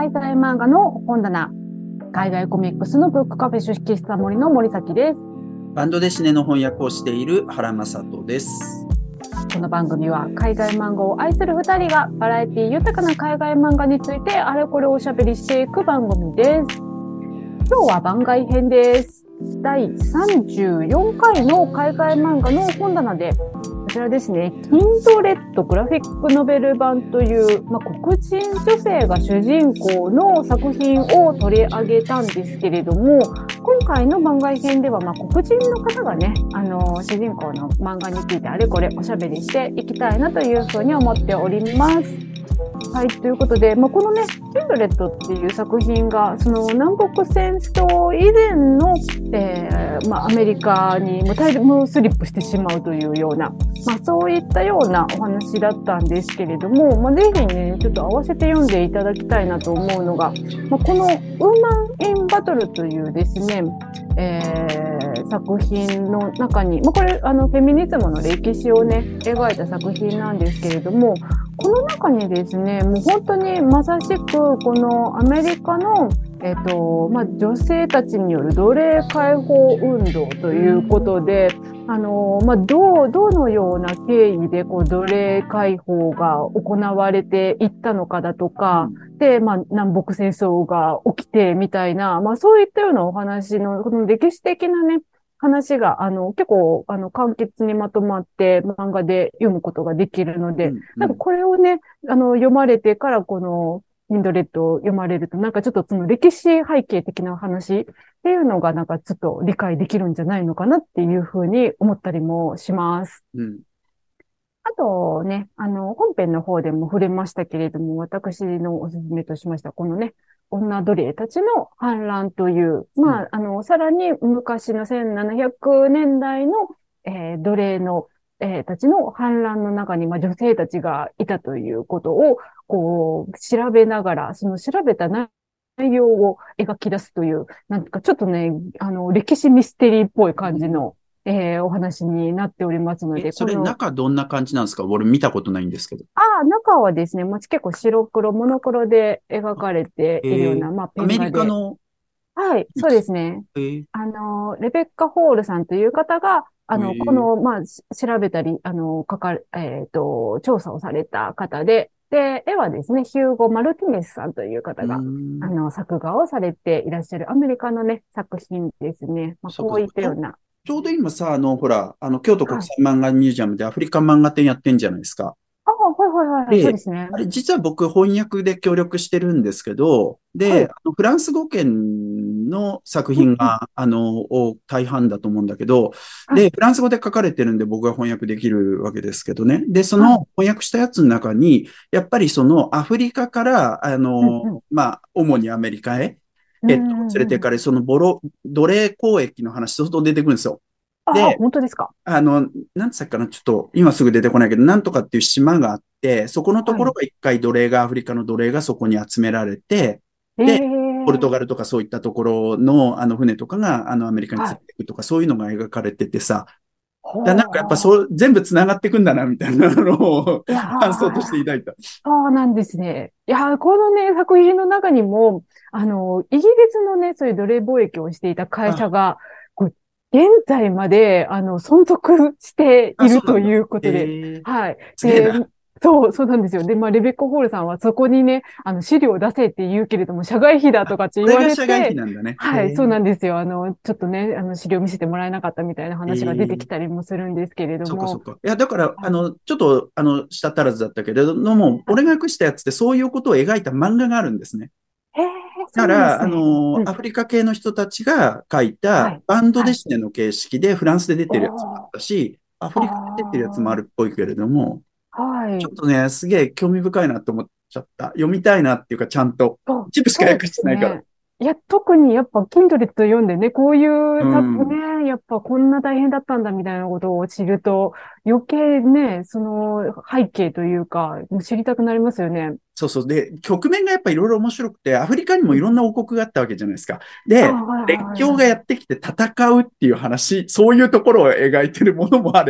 海外漫画の本棚、海外コミックスのブックカフェ出資した森の森崎です。 バンドデシネの翻訳をしている原正人です。 この番組は海外漫画を愛する2人がバラエティ豊かな海外漫画についてあれこれおしゃべりしていく番組です。今日は番外編です。第34回の海外漫画の本棚で、こちらですね、Kindredグラフィックノベル版という、黒人女性が主人公の作品を取り上げたんですけれども、今回の番外編では、黒人の方がね、主人公の漫画についてあれこれおしゃべりしていきたいなというふうに思っております。はい、ということで、このね、Kindredっていう作品が、その南北戦争以前の、アメリカにタイムスリップしてしまうというような、そういったようなお話だったんですけれども、ぜひね、ちょっと合わせて読んでいただきたいなと思うのが、このウーマン・イン・バトルというですね、作品の中に、これフェミニズムの歴史をね描いた作品なんですけれども、この中にですね、もう本当にまさしくこのアメリカの女性たちによる奴隷解放運動ということで、どのような経緯で奴隷解放が行われていったのかだとか、で、南北戦争が起きてみたいな、そういったようなお話の、この歴史的なね、話が、結構、簡潔にまとまって漫画で読むことができるので、なんかこれをね、読まれてからこの、インドレッドを読まれると、なんかちょっとその歴史背景的な話っていうのがなんかちょっと理解できるんじゃないのかなっていうふうに思ったりもします。あとね、本編の方でも触れましたけれども、私のおすすめとしました、このね、女奴隷たちの反乱という、さらに昔の1700年代の、奴隷の、たちの反乱の中に、女性たちがいたということを、調べながら、その調べた内容を描き出すという、なんかちょっとね、歴史ミステリーっぽい感じの、お話になっておりますので。 それ中どんな感じなんですか？俺見たことないんですけど。 中はですね、結構白黒、モノクロで描かれているような、ペン画で。 アメリカの。 はい、そうですね。レベッカ・ホールさんという方が、この、調べたり、調査をされた方で、で、絵はですね、ヒューゴ・マルティネスさんという方が、作画をされていらっしゃるアメリカのね、作品ですね。こういったような。 ちょうど今さ、ほら、京都国際漫画ミュージアムでアフリカ漫画展やってんじゃないですか。 はい、そうですね。 あれ、実は僕翻訳で協力してるんですけど、で、フランス語圏の作品が、大半だと思うんだけど、で、フランス語で書かれてるんで僕が翻訳できるわけですけどね。で、その翻訳したやつの中に、やっぱりそのアフリカから、主にアメリカへ、連れて行かれ、その奴隷交易の話、相当出てくるんですよ。で、 本当ですか？ なんつったかな、ちょっと今すぐ出てこないけど、なんとかっていう島があって、そこのところが一回アフリカの奴隷がそこに集められて、で、ポルトガルとかそういったところの、船とかが、アメリカに連れていくとか、そういうのが描かれててさ、なんかやっぱ全部繋がっていくんだな、みたいなのを感想として抱いた。 そうなんですね。いや、このね、作品の中にも、イギリスのね、そういう奴隷貿易をしていた会社が、現在まで、存続しているということで、はい。そうなんですよ。で、レベッカ・ホールさんはそこにね、資料を出せって言うけれども、社外費だとかって言われて、 社外費なんだね。 はい、そうなんですよ。ちょっとね、資料見せてもらえなかったみたいな話が出てきたりもするんですけれども。 そっか。いや、だから、ちょっと、舌足らずだったけれども、俺が訳したやつってそういうことを描いた漫画があるんですね。だから、アフリカ系の人たちが書いたバンドデシネの形式でフランスで出てるやつもあったし、アフリカで出てるやつもあるっぽいけれども、ちょっとね、すげえ興味深いなと思っちゃった。読みたいなっていうか、ちゃんと。一部しか訳してないから。 いや、特にやっぱ、Kindred読んでね、こういうね、やっぱこんな大変だったんだみたいなことを知ると、余計ね、その背景というか、知りたくなりますよね。 そう。で、局面がやっぱいろいろ面白くて、アフリカにもいろんな王国があったわけじゃないですか。で、列強がやってきて戦うっていう話、そういうところを描いてるものもあれば、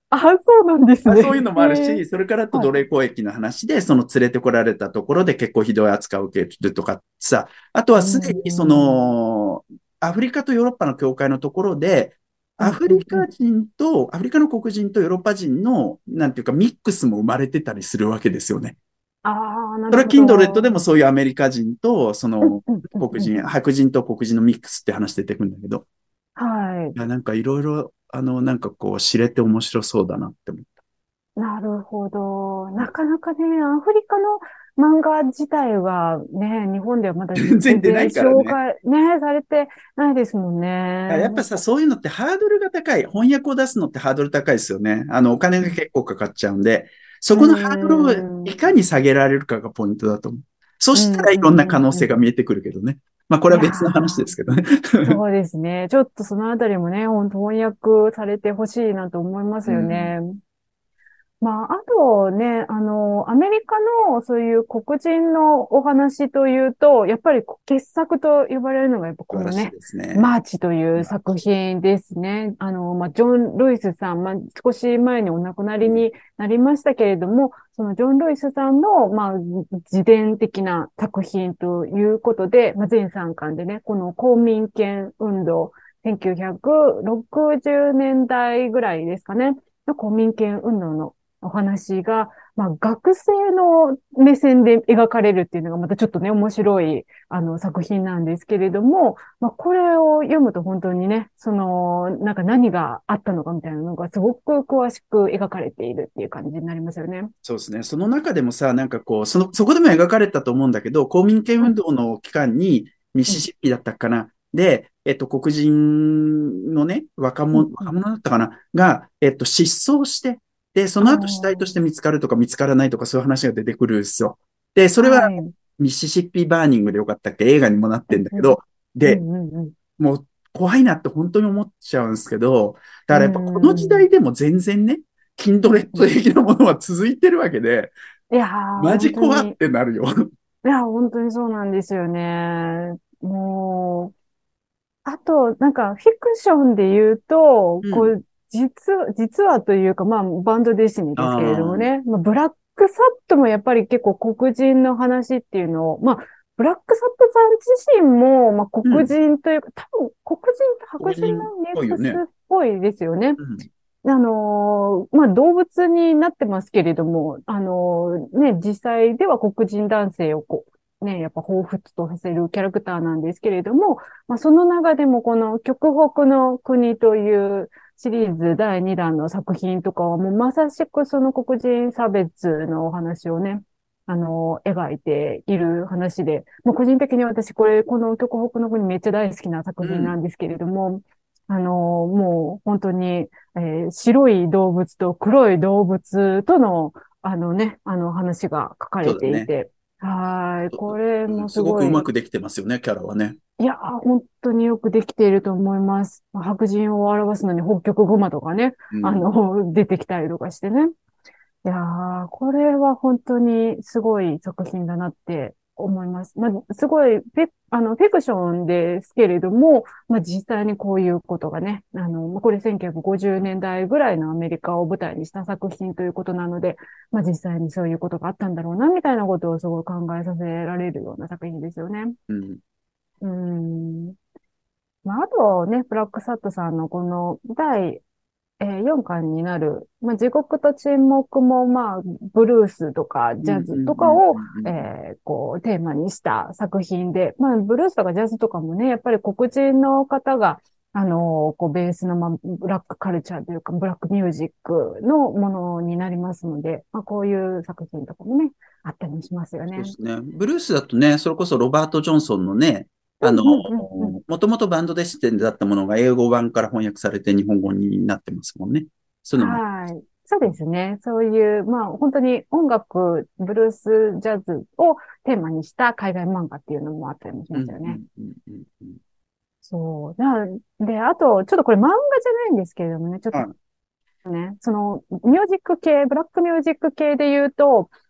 あ、そうなんですね。 そういうのもあるし、それからあとはい。 奴隷交易の話で、その連れてこられたところで結構ひどい扱いを受けるとかさ、あとうはすでにそん。 の、アフリカとヨーロッパの境界のところで、 うん、 アフリうん、うん。 カ人と、アフリカの黒人とヨーロッパ人の、なんていうか、ミックスも生まれてたりするわけですよね。 ああ、なるほそれはキンドレットでど。 もそういうアメリカ人と、そうん、 のうん、うん、うん。 黒人、白人と黒人のミックスって話出てくるんだけど、 はい。 いや、なんかいろいろ、なんかこう、知れて面白そうだなって思った。 なるほど。なかなかね、アフリカの漫画自体はね、日本ではまだ全然出な全然いからね。 紹介ね、されてないですもんね。 やっぱさ、そういうのってハードルが高い。翻訳を出すのってハードル高いですよね。お金が結構かかっちゃうんで、そうこのハードルをん。 いかに下げられるかがポイントだと思う。そうん、 したらいろんなうん、うん、 可能性うん。 が見えてくるけどね。まあ、これいやは別の話ですー、 けどね。 そうですね。ちょっとそのあたりもね、本当翻訳されてほしいなと思いますうん。 よね。まあ、あとね、アメリカのそういう黒人のお話というと、やっぱり傑作と呼ばれるのが、やっぱ素晴らしいこのね、 ですね。 マーチというまあ、 作品ですね。まあ、ジョン・ルイスさん、まあ、少し前にお亡くなりになりましたけれども、そのジョン・ルイスさんの、まあ、自伝的な作品ということで、まあ、全3巻でね、この公民権運動、1960年代ぐらいですかね、の公民権運動のお話が、まあ、学生の目線で描かれるっていうのがまたちょっとね、面白い、作品なんですけれども、まあ、これを読むと本当にね、なんか何があったのかみたいなのがすごく詳しく描かれているっていう感じになりますよね。 そうですね。その中でもさ、なんかこう、そこでも描かれたと思うんだけど、公民権うん、 運動の期間に、ミシうん、 シッピだったかな。で、黒人のね、 うん、うん。 若者だったかなが、失踪して、で、そあの後死体として見つかるとか見つからないとかそういう話が出てくるんですよ。で、そあ、 れははい。 ミシシッピバーニングでよかったっけ映画にもなっうん、 てんだけど、 うん、 で、 うん、うん、 もう怖いなって本当に思っちゃうんですけど、だかうらやっぱこの時ん。 代でも全然ね、キンドレットうん、 的なものは続いてるわけで、 いやー、 マジ怖っ本当に、 てなるよ。 いや、本当にそうなんですよね。もう、あと、なんか、フィクションで言うと、 うん。 実はというか、まあ、バンドデシネですけれどもああ、 ね、まあ、ブラックサットもやっぱり結構黒人の話っていうのを、まあ、ブラックサットさん自身も、まあ、黒うん。 人というか、多分黒人と白人公認っのミックスぽいよね。 っぽいですよね。 うん。 まあ、動物になってますけれども、ね、実際では黒人男性をね、やっぱ彷彿とさせるキャラクターなんですけれども、まあ、その中でもこの極北の国というシリーズ第2弾の作品とかはもうまさしくその黒人差別のお話をね、描いている話で、もう個人的に私この極北の国めっちゃ大好きな作品なうん。 んですけれども、もう本当に、白い動物と黒い動物との、話が書かれそうだね。 ていて、はい。これもうん、すごくすごい、 うまくできてますよね、キャラはね。 いやー、本当によくできていると思います。まあ白人を表すのに北極熊とかね、 うん。 出てきたりとかしてね。いやー、これは本当にすごい作品だなって思います。まあ、すごいフィクションですけれども、まあ、実際にこういうことがね、まあこれ1950年代ぐらいのアメリカを舞台にした作品ということなので、まあ、実際にそういうことがあったんだろうな、みたいなことをすごい考えさせられるような作品ですよね。 うん。 うん。まあ、あとね、ブラックサットさんのこの4巻になる、まあ、地獄と沈黙も、まあ、ブルースとかうん。 ジャズうん。うん。 とかを、 うん。 テーマにした作品で、まあ、ブルースとかジャズとかもね、やっぱり黒人の方が、ベースの、まあ、ブラックカルチャーというか、ブラックミュージックのものになりますので、まあ、こういう作品とかもね、あったりしますよね。 そうですね。ブルースだとね、それこそロバート・ジョンソンのね、 うんうんうんうん。 もともとバンドで視点だったものが英語版から翻訳されて日本語になってますもんね。そういうのも。 はい。そうですね。そういう、まあ本当に音楽、ブルース、ジャズをテーマにした海外漫画っていうのもあったりもしうん。 ますよね。 うん。うん。うん。うん。 そう。で、あと、ちょっとこれ漫画じゃないんですけれどもね、ちょっとはい。 ね、そのミュージック系、ブラックミュージック系で言うと、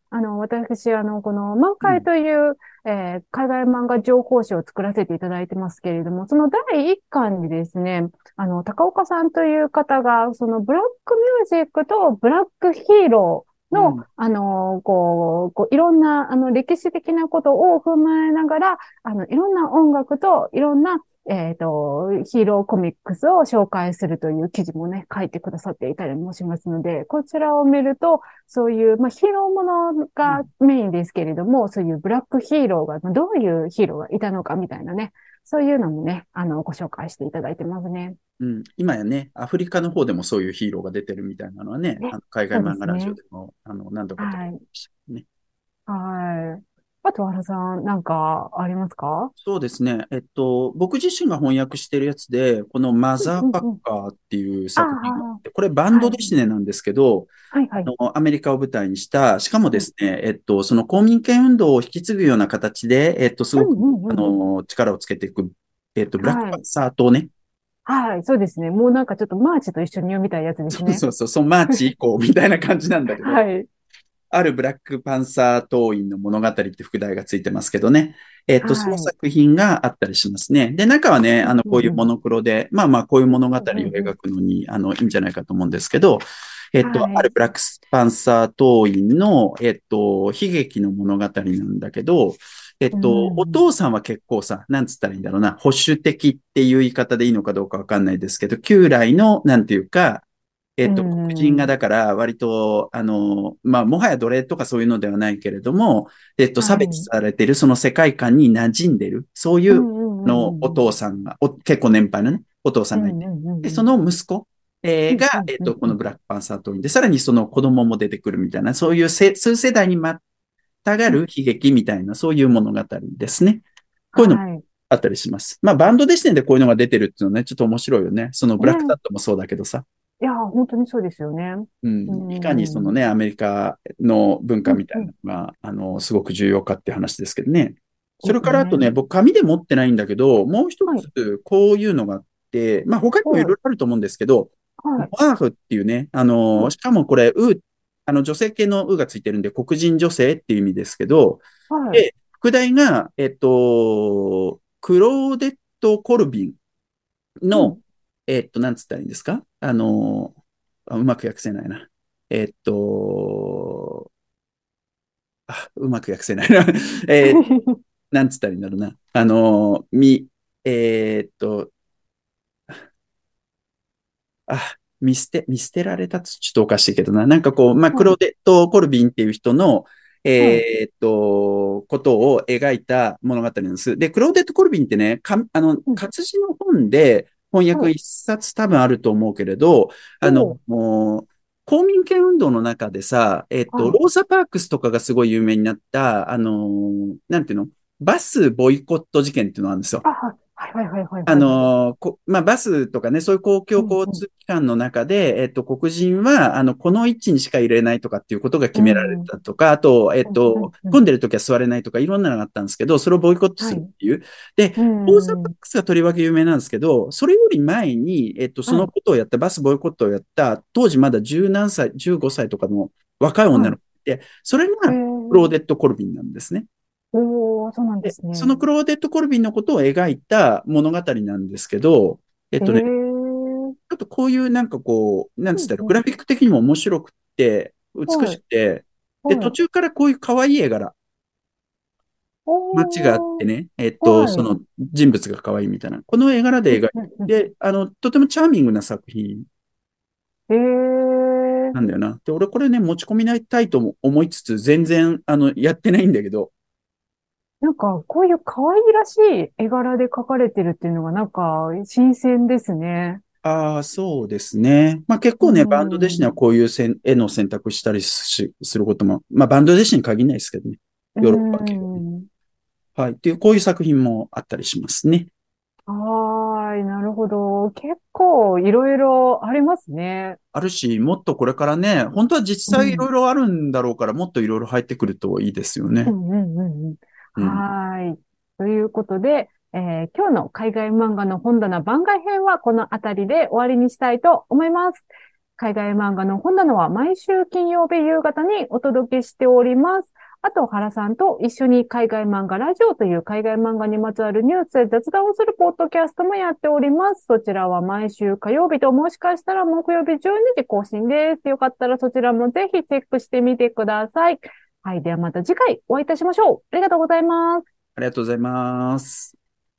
私、この満うん。 開という、海外漫画情報誌を作らせていただいてますけれども、その第一巻にですね、高岡さんという方が、そのブラックミュージックとブラックヒーローの、 うん。 いろんな、歴史的なことを踏まえながら、いろんな音楽といろんな、ヒーローコミックスを紹介するという記事もね、書いてくださっていたりもしますので、こちらを見ると、そういう、まあ、ヒーローものがうん。 メインですけれども、そういうブラックヒーローが、まあどういうヒーローがいたのかみたいなね、そういうのもね、ご紹介していただいてますね。 うん。今やね、アフリカの方でもそういうヒーローが出てるみたいなのはね、 ね、 海外そうで漫画ラジオすね。 でも、何度か取りはい。 ましたね。 はい。あと、原さん、なんかありますか？ そうですね。僕自身が翻訳してるやつで、このマうんザーパッうんうん。 カーっていうあ作品があっあ、 て、これバンドはい。 デシネなんですけど、 はいはい。 アメリカを舞台にした、しかもうん。 ですね、その公民権運動を引き継ぐような形で、すうごく、 んうんうん。 力をつけていく、ブラックパンはい。 サー党ね。 はい。そうですね。もうなんかちょっとマーチと一緒に読みたいやつですね。 そうそうそう、そのマーチ以降みたいな感じなんだけど、 はい。 あるブラックパンサー党員の物語って副題がついてますけどね。そのはい。 作品があったりしますね。で、中はね、 うんうんうん。 こういうモノクロで、まあまあ、こういう物語をうんうんうん。 描くのに、いいんじゃないかと思うんですけど、あるはい。 ブラックパンサー党員の、悲劇の物語なんだけど、 うおん。 父さんは結構さ、なんつったらいいんだろうな、保守的っていう言い方でいいのかどうかわかんないですけど、旧来の、なんていうか、 う黒人がん。 だから割と、まあ、もはや奴隷とかそういうのではないけれども、差別はい。 されてるその世界観に馴染んでる、そういう、 うんうんうんおうん父さんが、結構年配のね、お父さうん。 んがいて。 うんうんで、そうんの息子、が、 うんうんうんうん。 このブラックパンサー党員で、さらにその子供も出てくるみたいな、そういう数世代にまたがる悲劇みたいな、そういう物語ですね。こういうのもはい。 あったりします。まあ、バンドで視点でこういうのが出てるっていうのはね、ちょっと面白いよね。そのブラックタッね。 トもそうだけどさ。 いや、本当にそうですよね。ううん、いかにそのん。 ね、アメリカの文化みたいうんうん。 なのが、すごく重要かって話ですけどね。それですね。 からあとね、僕紙で持ってないんだけど、もう一はい。 つこういうのがあって、まあ他にもいろいはい。 ろあると思うんですけど、 はい。 ワーフっていうね、 うん。 しかもこれ、女性系のウがついてるんで、黒人女性っていう意味ですけど、 はい。 で、副題が、クローデット・コルビンの、 うん。 なんつったらいいんですかうまく訳せないな。えっと、うまく訳せないな。えーなんつったらいいんだろうな。えーっと、見捨てられたってちょっとおかしいけどな。なんかこう、まあ、クはい。 ロデット・コルビンっていう人の、 はい。 ことを描いた物語なんです。で、クローデット・コルビンってね、 うん。 活字の本で翻はい。 訳一冊多分あると思うけれど、 おー。 もう公民権運動の中でさ、 はい。 ローザ・パークスとかがすごい有名になった、なんていうのバスボイコット事件っていうのがあるんですよ。 あ、はい。はい。はい。はい。はい。はい。 まあ、バスとかね、そういう公共交通機関の中で、黒人は、この位置にしか入れないとかっていうことが決められうん。うん。 たとか、あと、 うん。うん。うん。 混んでる時は座れないとか、いろんなのがあったんですけど、それをボイコットはい。 するっていう。で、 うローザ・パッん。 クスがとりわけ有名なんですけど、それより前に、そはい。 のことをやった、バスボイコットをやった、当時まだ十何歳、15歳とかの若い女はい。 の子で、それえが、クローー、 デット・コルビンなんですね。 おー、そうなんでで、 すね。 そのクローデット・コルビンのことを描いた物語なんですけど、 えー、 ちょっとこういうなんかこう、なんつったら、 うんうん。 グラフィック的にも面白くて、美はい。 しくて、で、途はい。 中からこういう可愛い絵柄、街があっておー、 ね、 はい。 その人物が可愛いみたいな、この絵柄で描いうんうんうん。 て、で、とてもチャーミングな作品えー、 なんだよな。で、俺これね、持ち込みたいとも思いつつ、全然、やってないんだけど、 なんか、こういう可愛らしい絵柄で描かれてるっていうのが、なんか、新鮮ですね。 ああ、そうですね。まあ結う構ね、バンド弟子にはん。 こういう絵の選択したりすることも、まあバンド弟子に限らないですけどね。 うヨーロッパ系。 ん。 はい。っていう、こういう作品もあったりしますね。 はーい、なるほど。結構、いろいろありますね。 あるし、もっとこれからね、本当は実際いろうん。 いろあるんだろうから、もっといろいろ入ってくるといいですよね。 うんうんうんうん。 うん。 はーい。ということで、今日の海外漫画の本棚番外編はこの辺りで終わりにしたいと思います。 海外漫画の本棚は毎週金曜日夕方にお届けしております。あと、原さんと一緒に海外漫画ラジオという海外漫画にまつわるニュースや雑談をするポッドキャストもやっております。そちらは毎週火曜日ともしかしたら木曜日12時更新です。よかったらそちらもぜひチェックしてみてください。はい。ではまた次回お会いいたしましょう。ありがとうございます。 ありがとうございます。